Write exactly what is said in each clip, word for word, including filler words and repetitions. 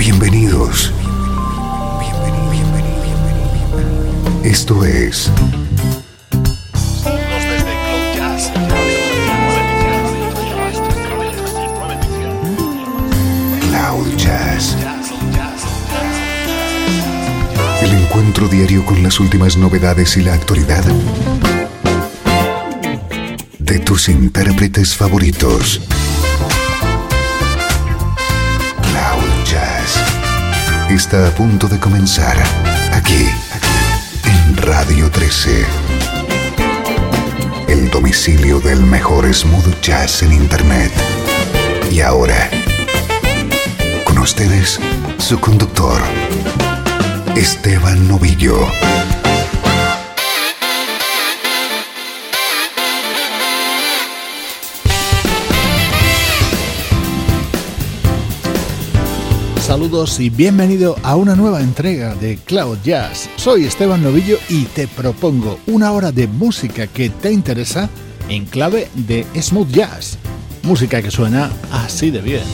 Bienvenidos. Esto es Cloud Jazz. El encuentro diario con las últimas novedades y la actualidad de tus intérpretes favoritos. Cloud Jazz está a punto de comenzar aquí en Radio trece. El domicilio del mejor smooth jazz en internet. Y ahora, con ustedes, su conductor, Esteban Novillo. Saludos y bienvenido a una nueva entrega de Cloud Jazz. Soy Esteban Novillo y te propongo una hora de música que te interesa en clave de smooth jazz. Música que suena así de bien.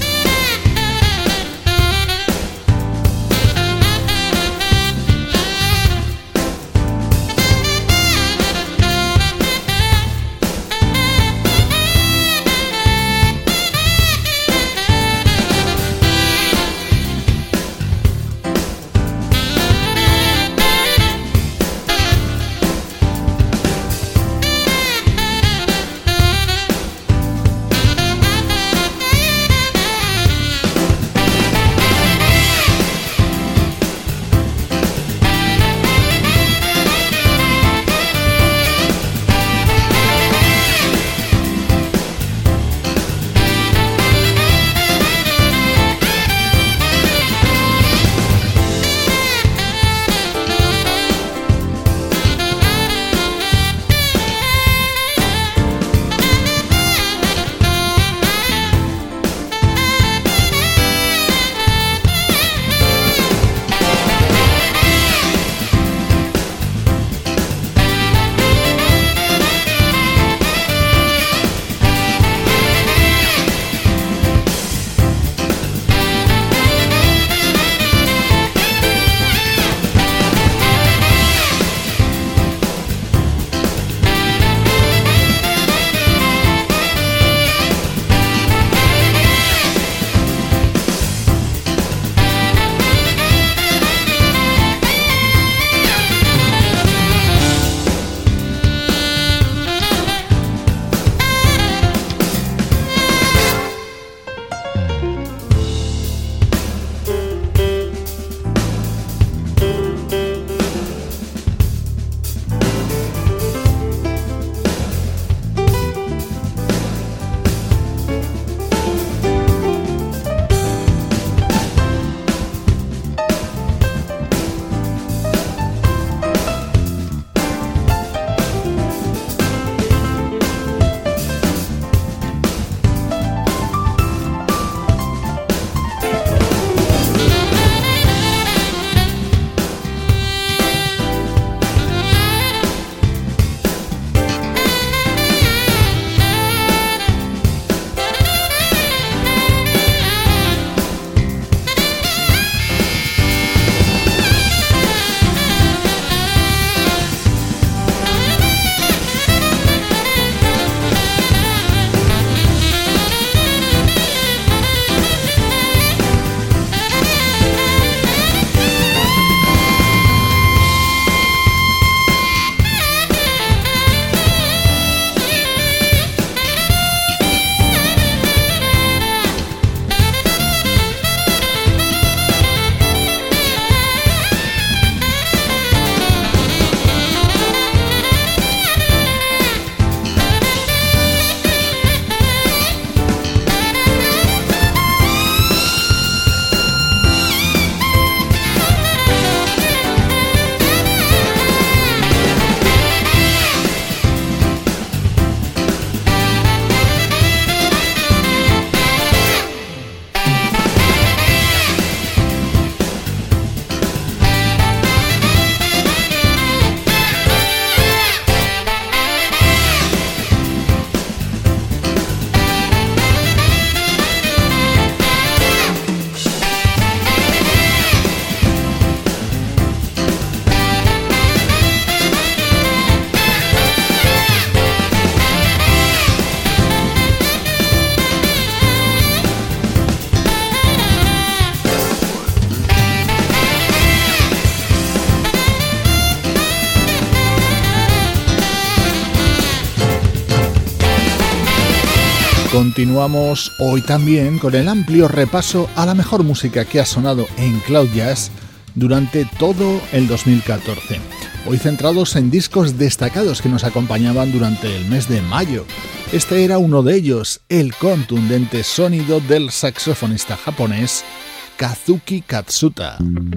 Continuamos hoy también con el amplio repaso a la mejor música que ha sonado en Cloud Jazz durante todo el dos mil catorce. Hoy centrados en discos destacados que nos acompañaban durante el mes de mayo. Este era uno de ellos, el contundente sonido del saxofonista japonés Kazuki Katsuta.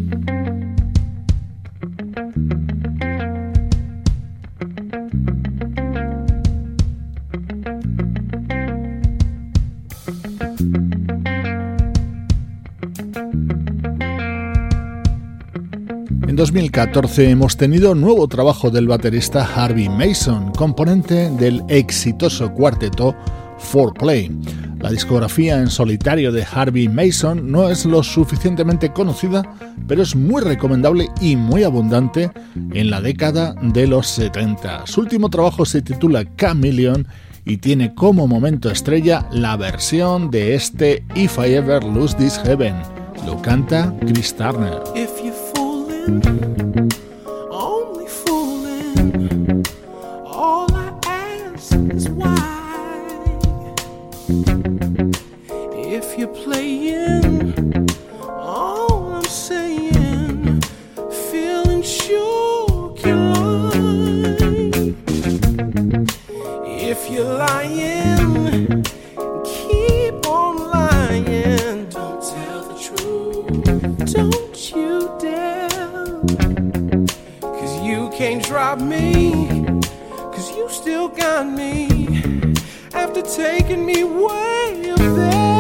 En dos mil catorce hemos tenido nuevo trabajo del baterista Harvey Mason, componente del exitoso cuarteto four play. La discografía en solitario de Harvey Mason no es lo suficientemente conocida, pero es muy recomendable y muy abundante en la década de los setenta. Su último trabajo se titula Chameleon y tiene como momento estrella la versión de este If I Ever Lose This Heaven. Lo canta Chris Turner. If you're fooling, only fooling, all I ask is why. If you're playing, all I'm saying, feeling sure you're lying. If you're lying, keep on lying. Don't tell the truth, don't you dare. Cause you can't drop me, cause you still got me. After taking me way up there.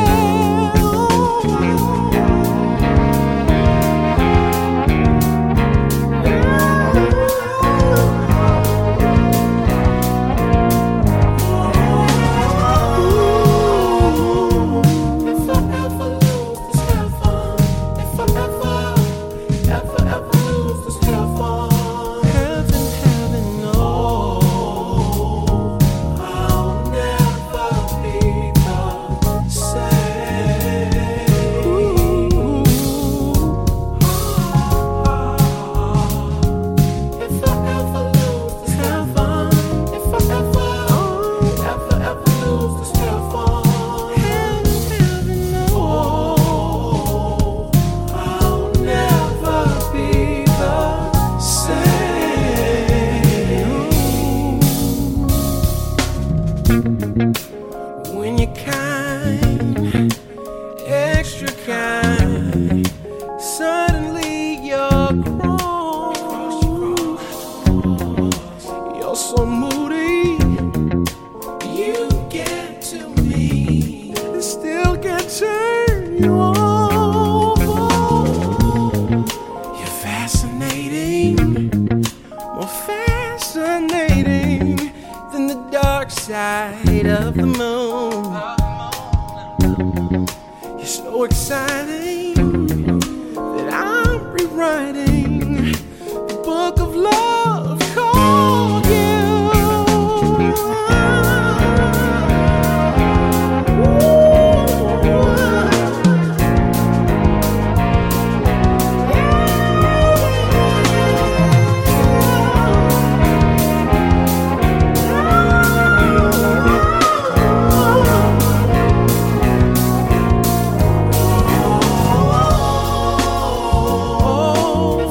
Oh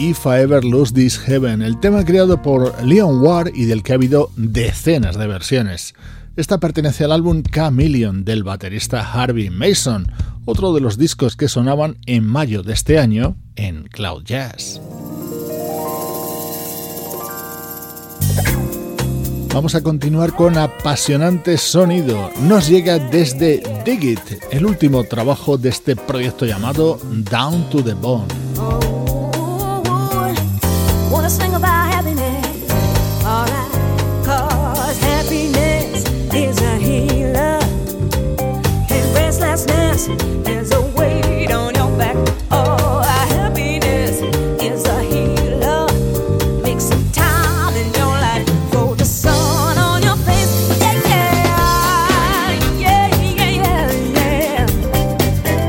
If I Ever Lose This Heaven, el tema creado por Leon Ward y del que ha habido decenas de versiones. Esta pertenece al álbum Chameleon del baterista Harvey Mason, otro de los discos que sonaban en mayo de este año en Cloud Jazz. Vamos a continuar con apasionante sonido. Nos llega desde Dig It, el último trabajo de este proyecto llamado Down to the Bone. Wanna sing about happiness, alright, 'cause happiness is a healer, and restlessness is a weight on your back. Oh, happiness is a healer, make some time in your life for the sun on your face. Yeah, yeah, yeah, yeah, yeah.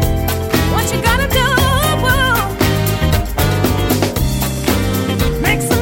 What you gotta do? Make some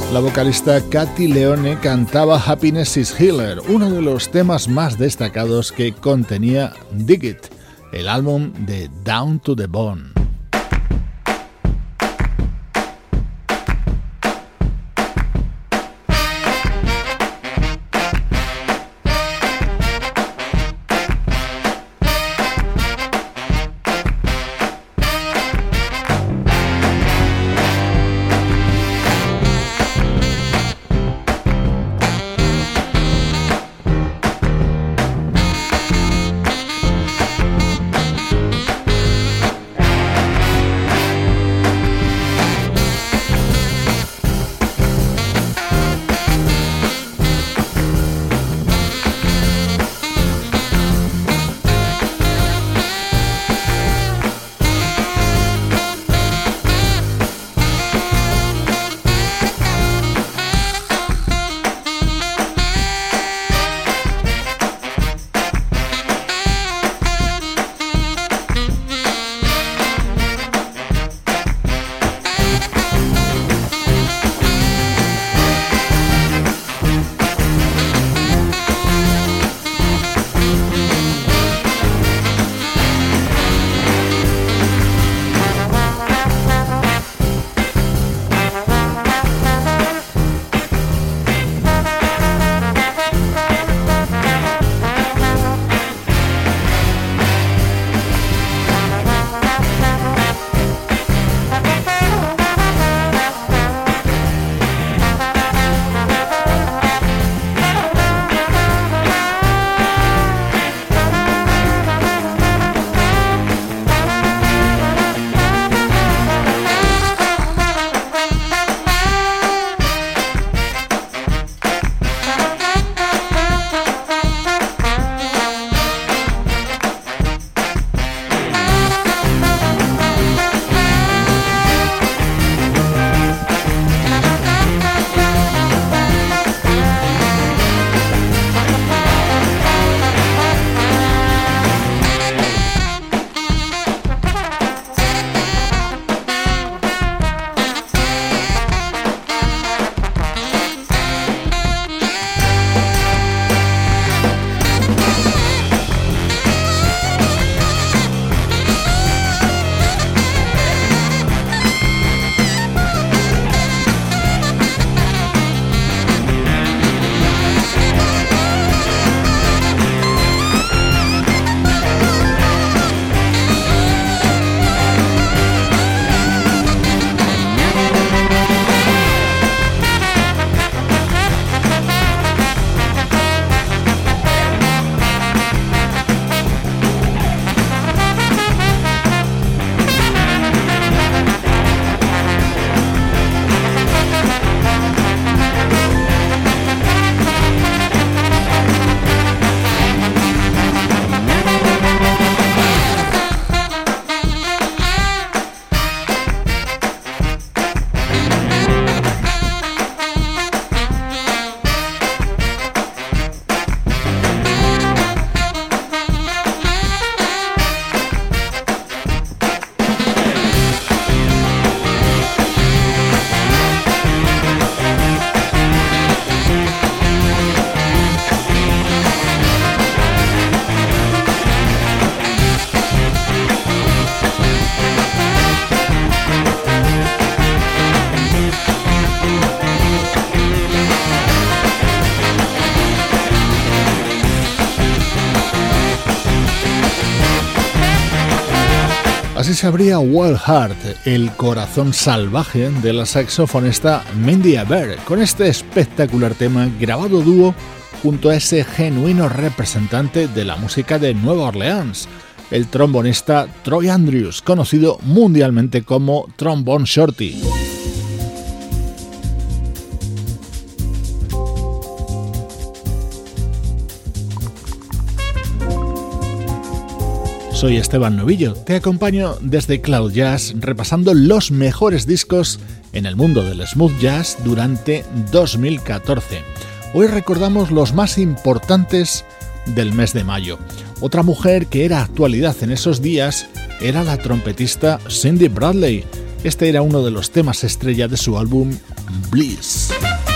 La vocalista Katy Leone cantaba Happiness is Healer, uno de los temas más destacados que contenía Dig It, el álbum de Down to the Bone. Así se abría Wild Heart, el corazón salvaje de la saxofonista Mindy Aber, con este espectacular tema grabado dúo junto a ese genuino representante de la música de Nueva Orleans, el trombonista Troy Andrews, conocido mundialmente como Trombone Shorty. Soy Esteban Novillo, te acompaño desde Cloud Jazz repasando los mejores discos en el mundo del smooth jazz durante dos mil catorce. Hoy recordamos los más importantes del mes de mayo. Otra mujer que era actualidad en esos días era la trompetista Cindy Bradley, Este era uno de los temas estrella de su álbum Bliss.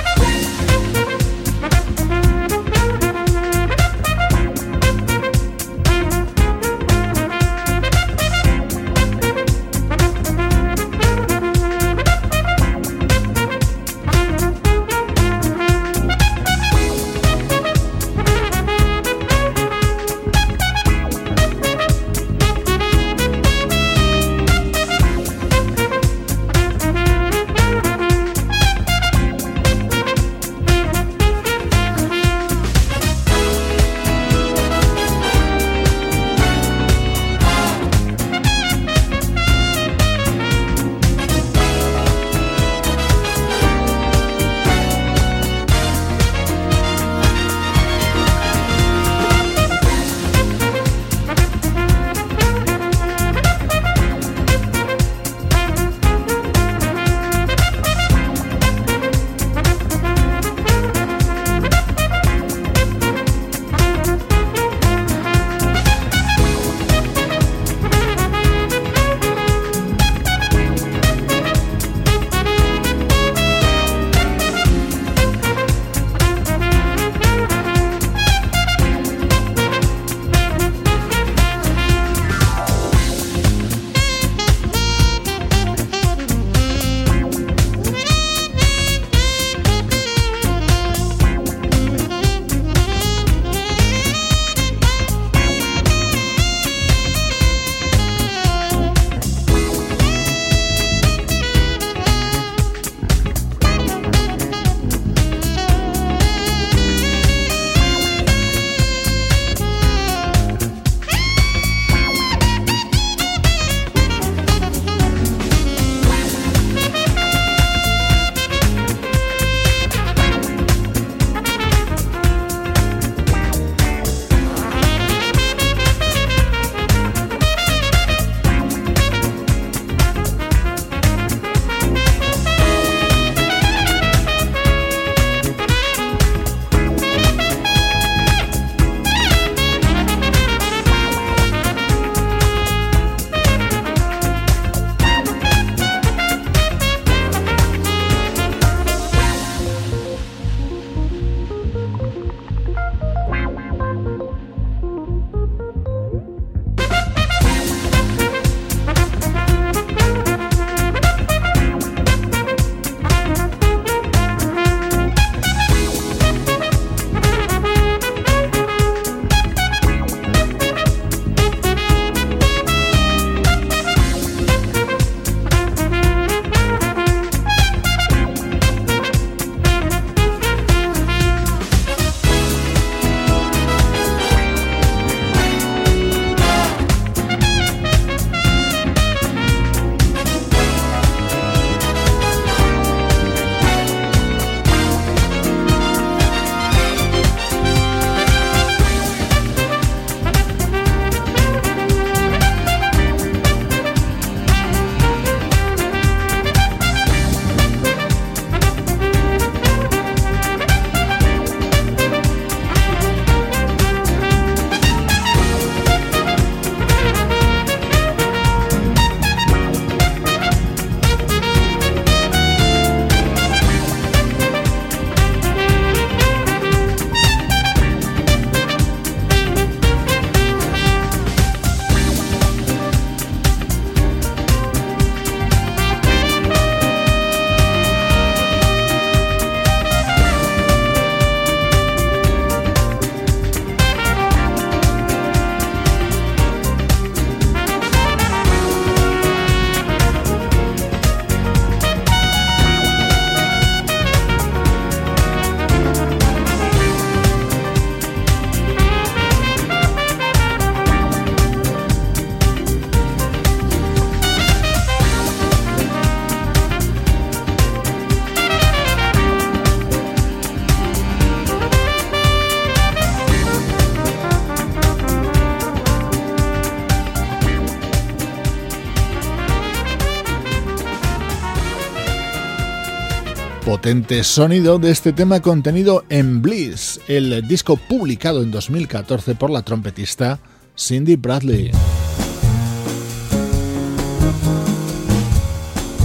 potente sonido de este tema contenido en Bliss, el disco publicado en dos mil catorce por la trompetista Cindy Bradley.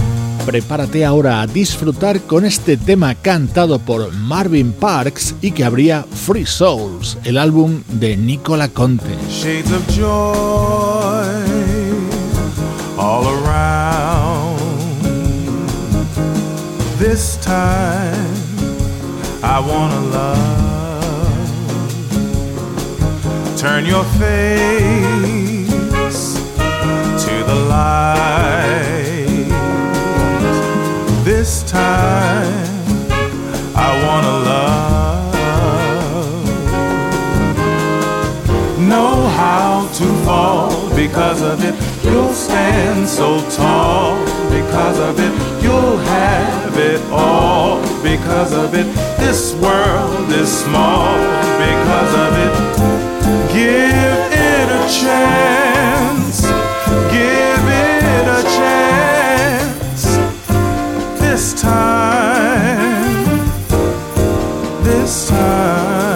prepárate ahora a disfrutar con este tema cantado por Marvin Parks y que abría Free Souls, el álbum de Nicola Conte. Shades of joy all around. This time I wanna love. Turn your face to the light. This time I wanna love. Know how to fall. Because of it you'll stand so tall. Because of it you'll have it all. Because of it this world is small. Because of it give it a chance. Give it a chance. This time, this time.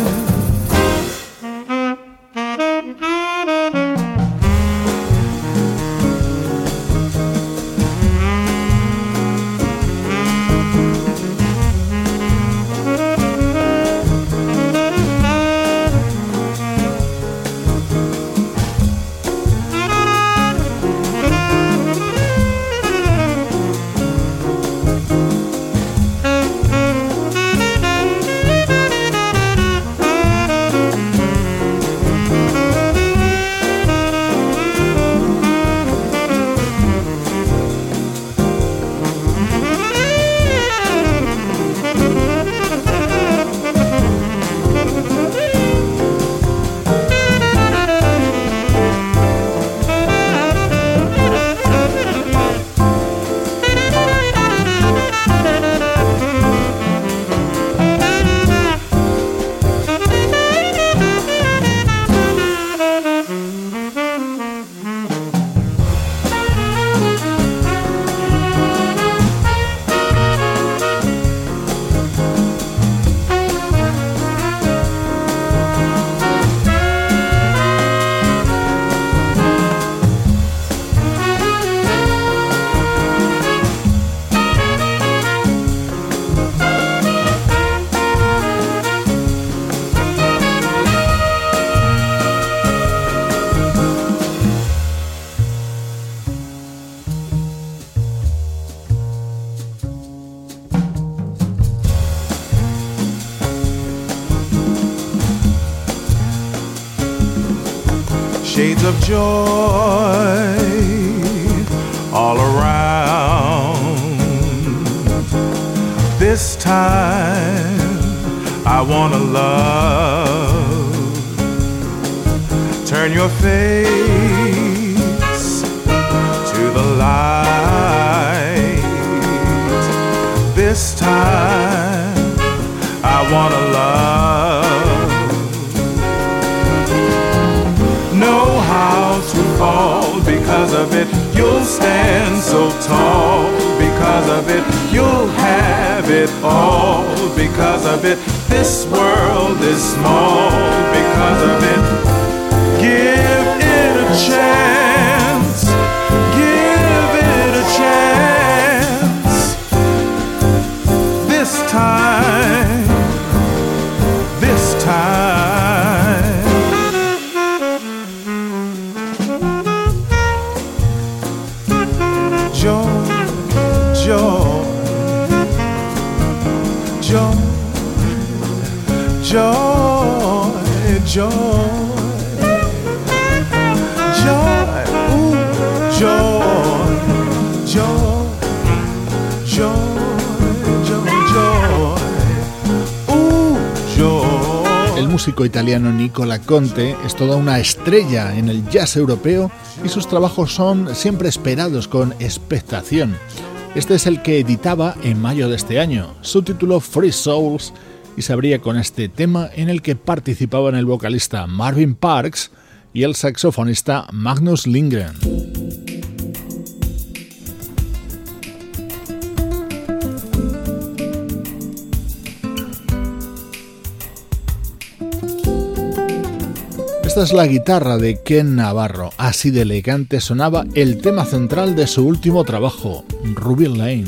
Shades of joy all around. This time I wanna love. Turn your face to the light. This time I wanna love. Know how to fall. Because of it you'll stand so tall. Because of it you'll have it all. Because of it this world is small. Because of it give it a chance. Give it a chance. This time. This time. Joy, joy, joy, joy, joy, joy, ooh, joy, joy, joy, joy, joy, ooh, joy. El músico italiano Nicola Conte es toda una estrella en el jazz europeo y sus trabajos son siempre esperados con expectación. Este es el que editaba en mayo de este año, su título Free Souls, y se abría con este tema en el que participaban el vocalista Marvin Parks y el saxofonista Magnus Lindgren. Esta es la guitarra de Ken Navarro. Así de elegante sonaba el tema central de su último trabajo, Ruby Lane.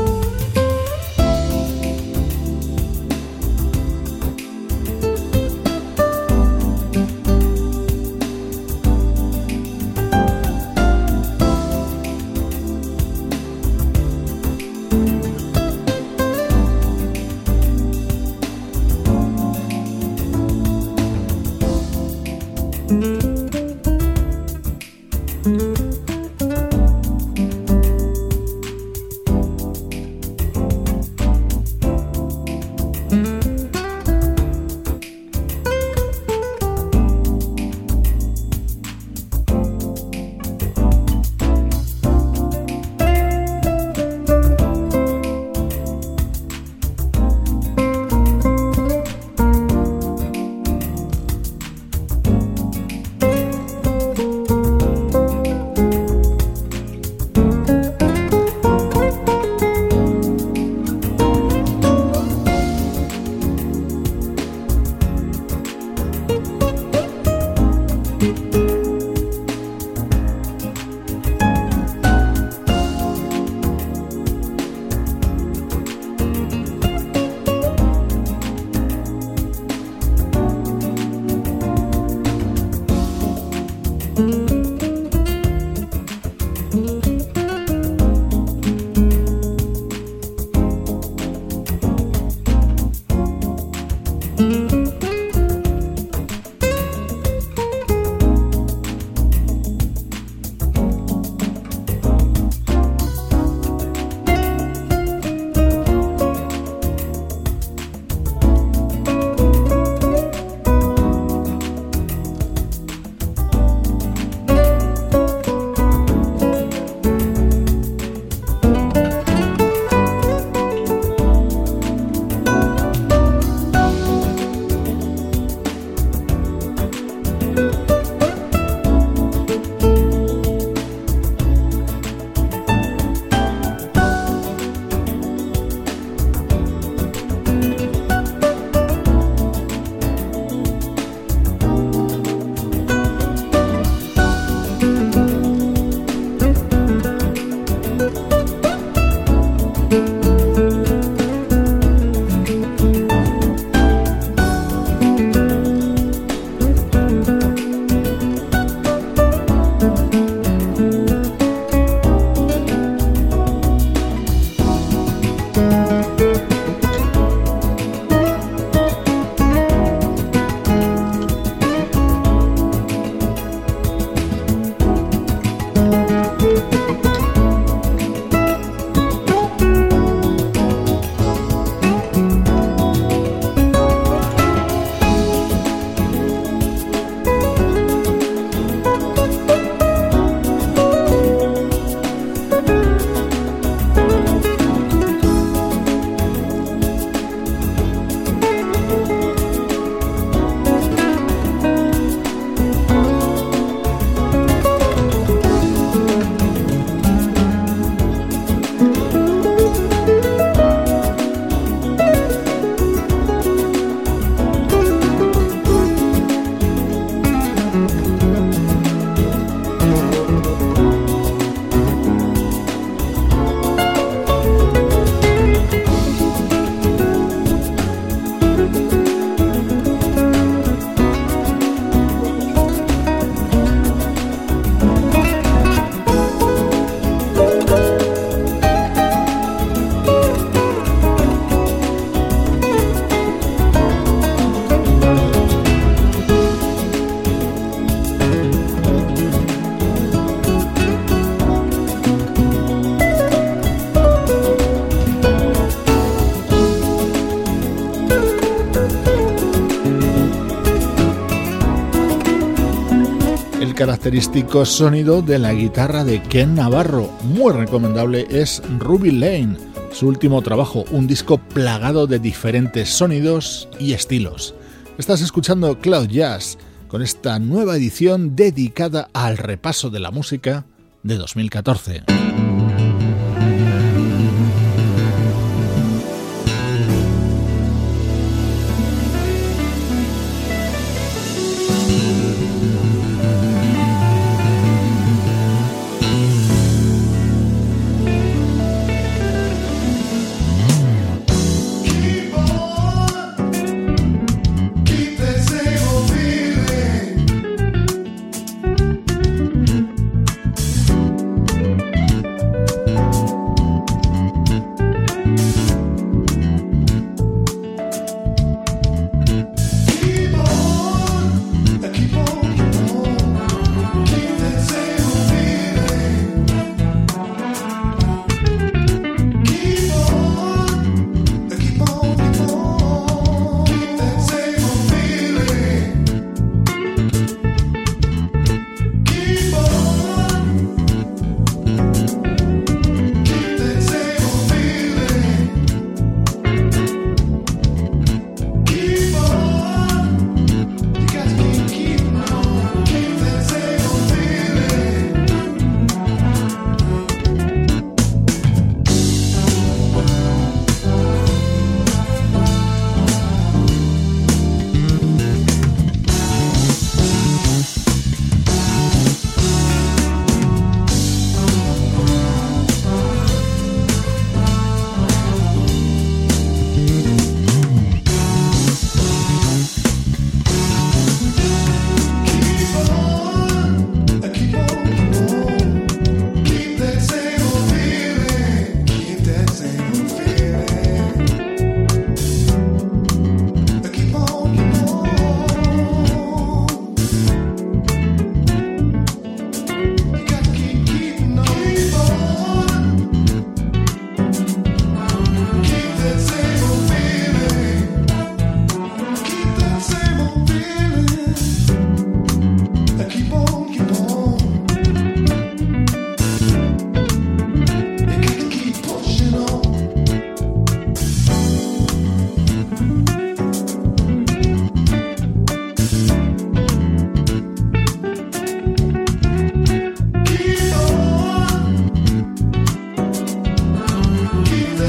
característico sonido de la guitarra de Ken Navarro. Muy recomendable es Ruby Lane, su último trabajo, un disco plagado de diferentes sonidos y estilos. Estás escuchando Cloud Jazz con esta nueva edición dedicada al repaso de la música de dos mil catorce.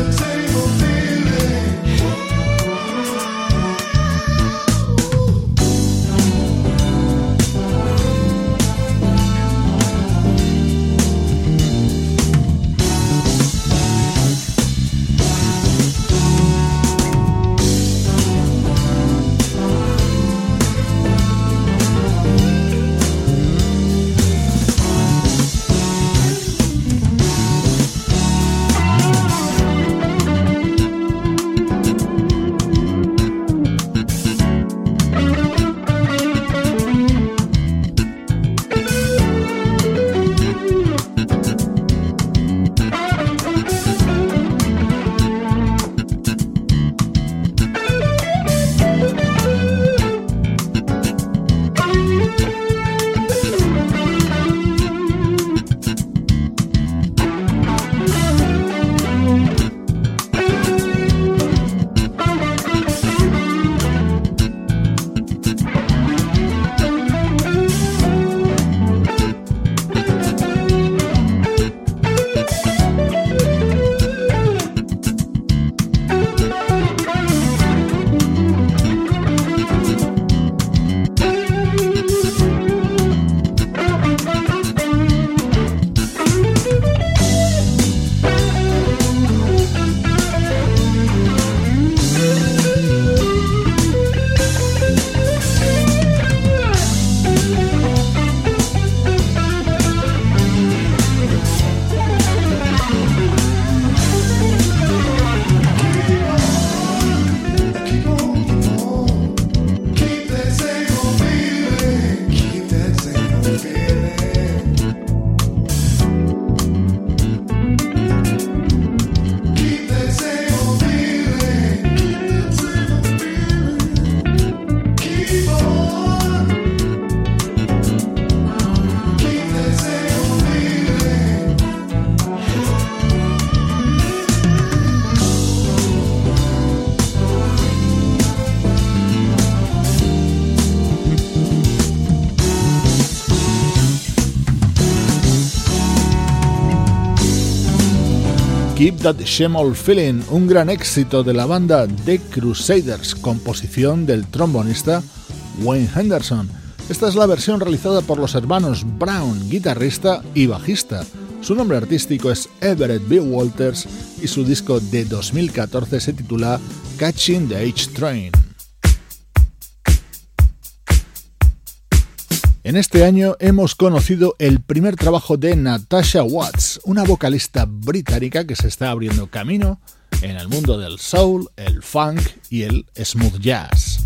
Keep That Same Old Feeling, un gran éxito de la banda The Crusaders, composición del trombonista Wayne Henderson. Esta es la versión realizada por los hermanos Brown, guitarrista y bajista. Su nombre artístico es Everett B. Walters y su disco de dos mil catorce se titula Catching the H Train. En este año hemos conocido el primer trabajo de Natasha Watts, una vocalista británica que se está abriendo camino en el mundo del soul, el funk y el smooth jazz.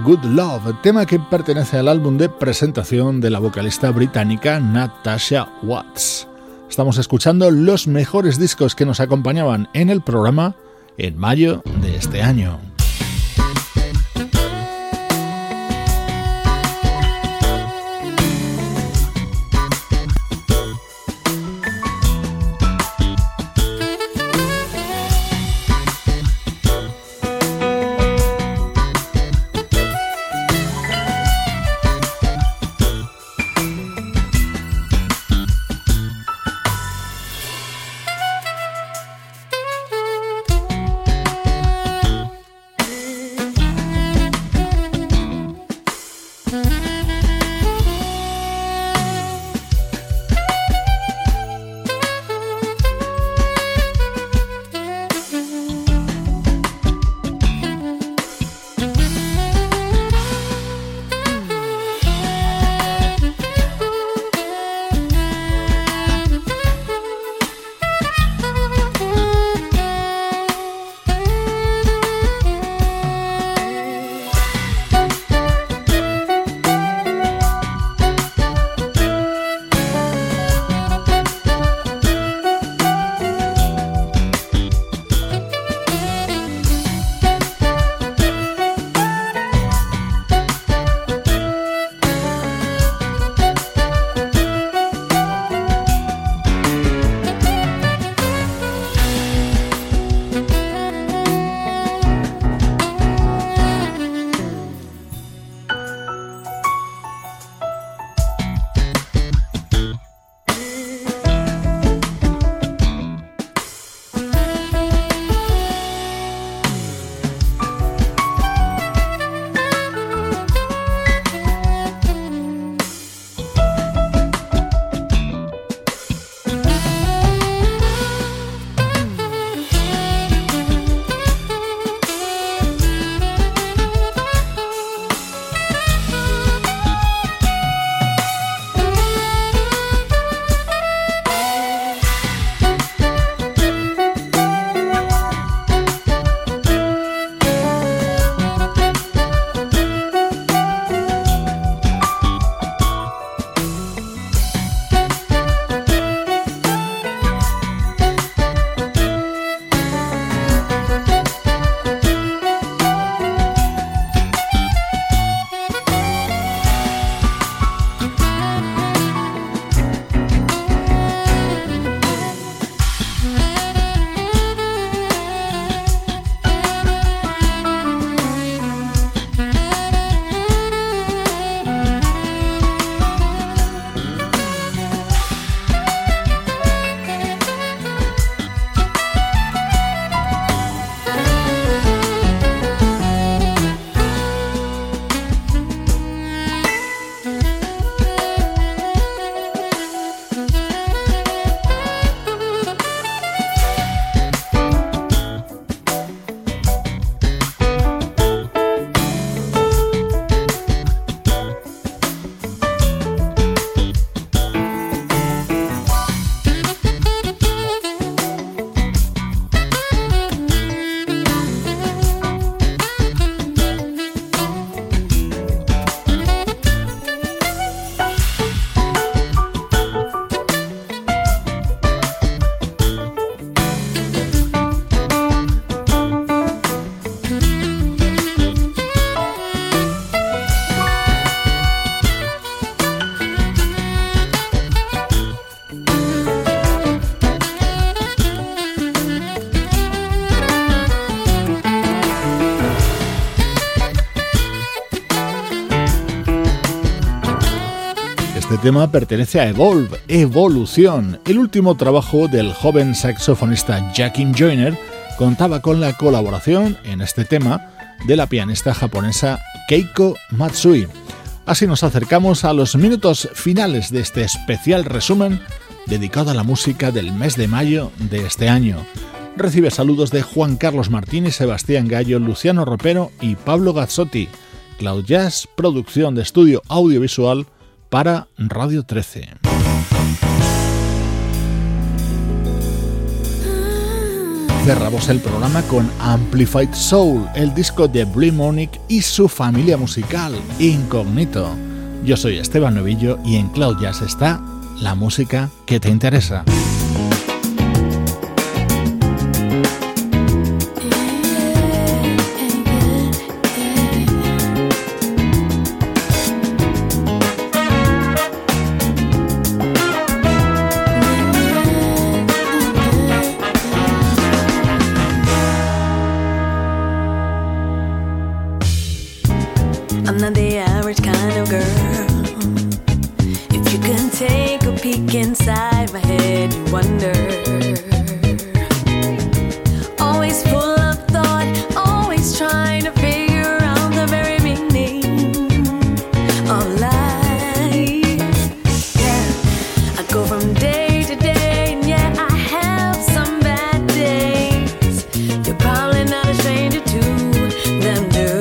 Good Love, tema que pertenece al álbum de presentación de la vocalista británica Natasha Watts. Estamos escuchando los mejores discos que nos acompañaban en el programa en mayo de este año. Este tema pertenece a Evolve, Evolución. El último trabajo del joven saxofonista Jackie Joyner contaba con la colaboración en este tema de la pianista japonesa Keiko Matsui. Así nos acercamos a los minutos finales de este especial resumen dedicado a la música del mes de mayo de este año. Recibe saludos de Juan Carlos Martínez, Sebastián Gallo, Luciano Ropero y Pablo Gazzotti. Cloud Jazz, producción de estudio audiovisual para Radio trece. cerramos el programa con Amplified Soul, el disco de Blue Monique y su familia musical, Incognito. Yo soy Esteban Novillo y en Cloud Jazz está la música que te interesa. I'm not the average kind of girl. If you can take a peek inside my head, you wonder. Always full of thought, always trying to figure out the very meaning of life. Yeah, I go from day to day, and yeah, I have some bad days. You're probably not a stranger to them, too.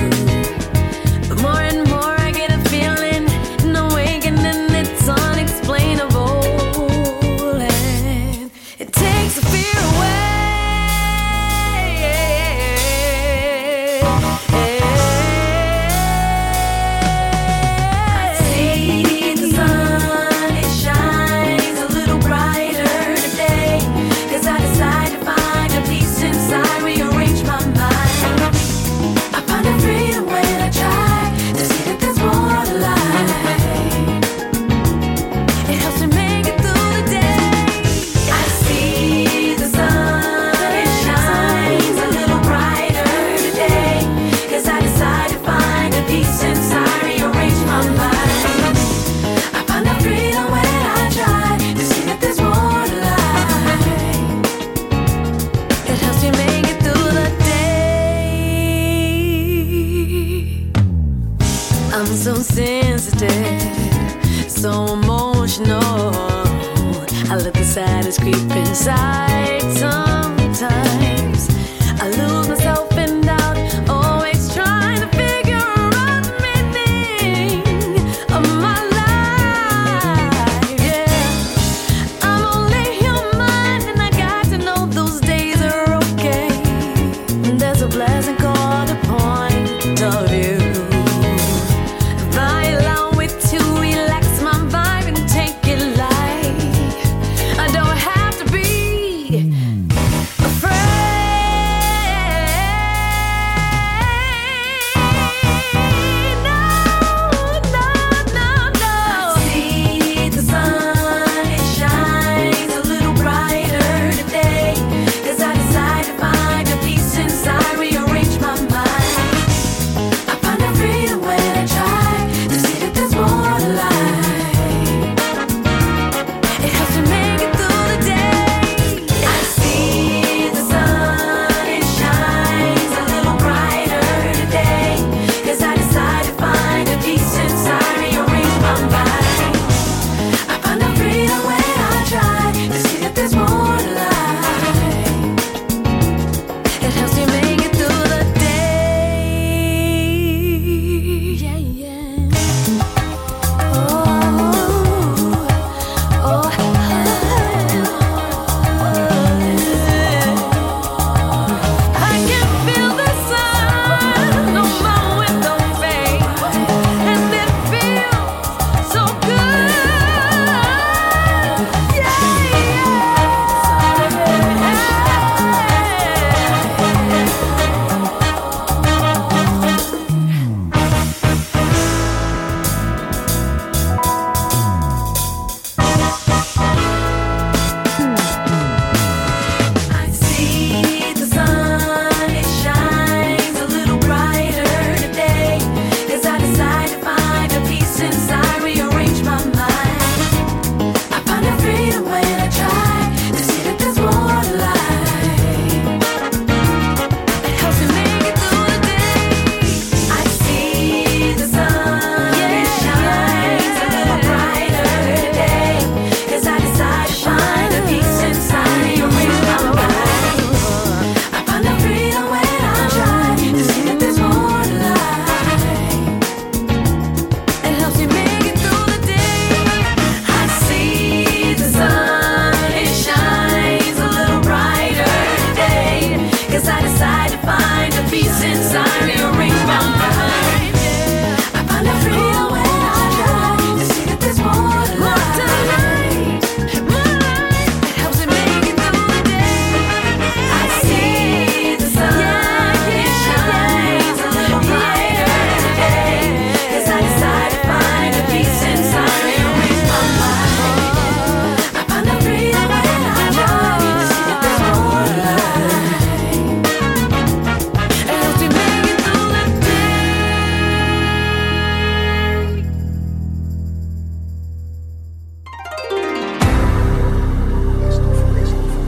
So sensitive, so emotional. I let the sadness creep inside. Sometimes I lose myself in doubt, always trying to figure out the meaning of my life. Yeah, I'm only human, and I got to know those days are okay. There's a blessing called a point of view.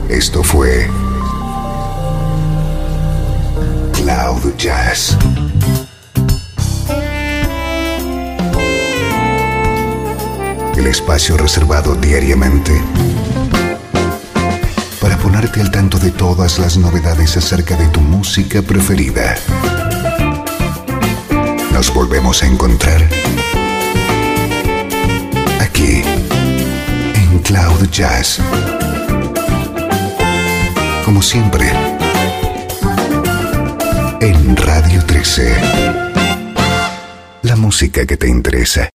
Esto fue Cloud Jazz. El espacio reservado diariamente para ponerte al tanto de todas las novedades acerca de tu música preferida. Nos volvemos a encontrar aquí en Cloud Jazz. Como siempre, en Radio trece. La música que te interesa.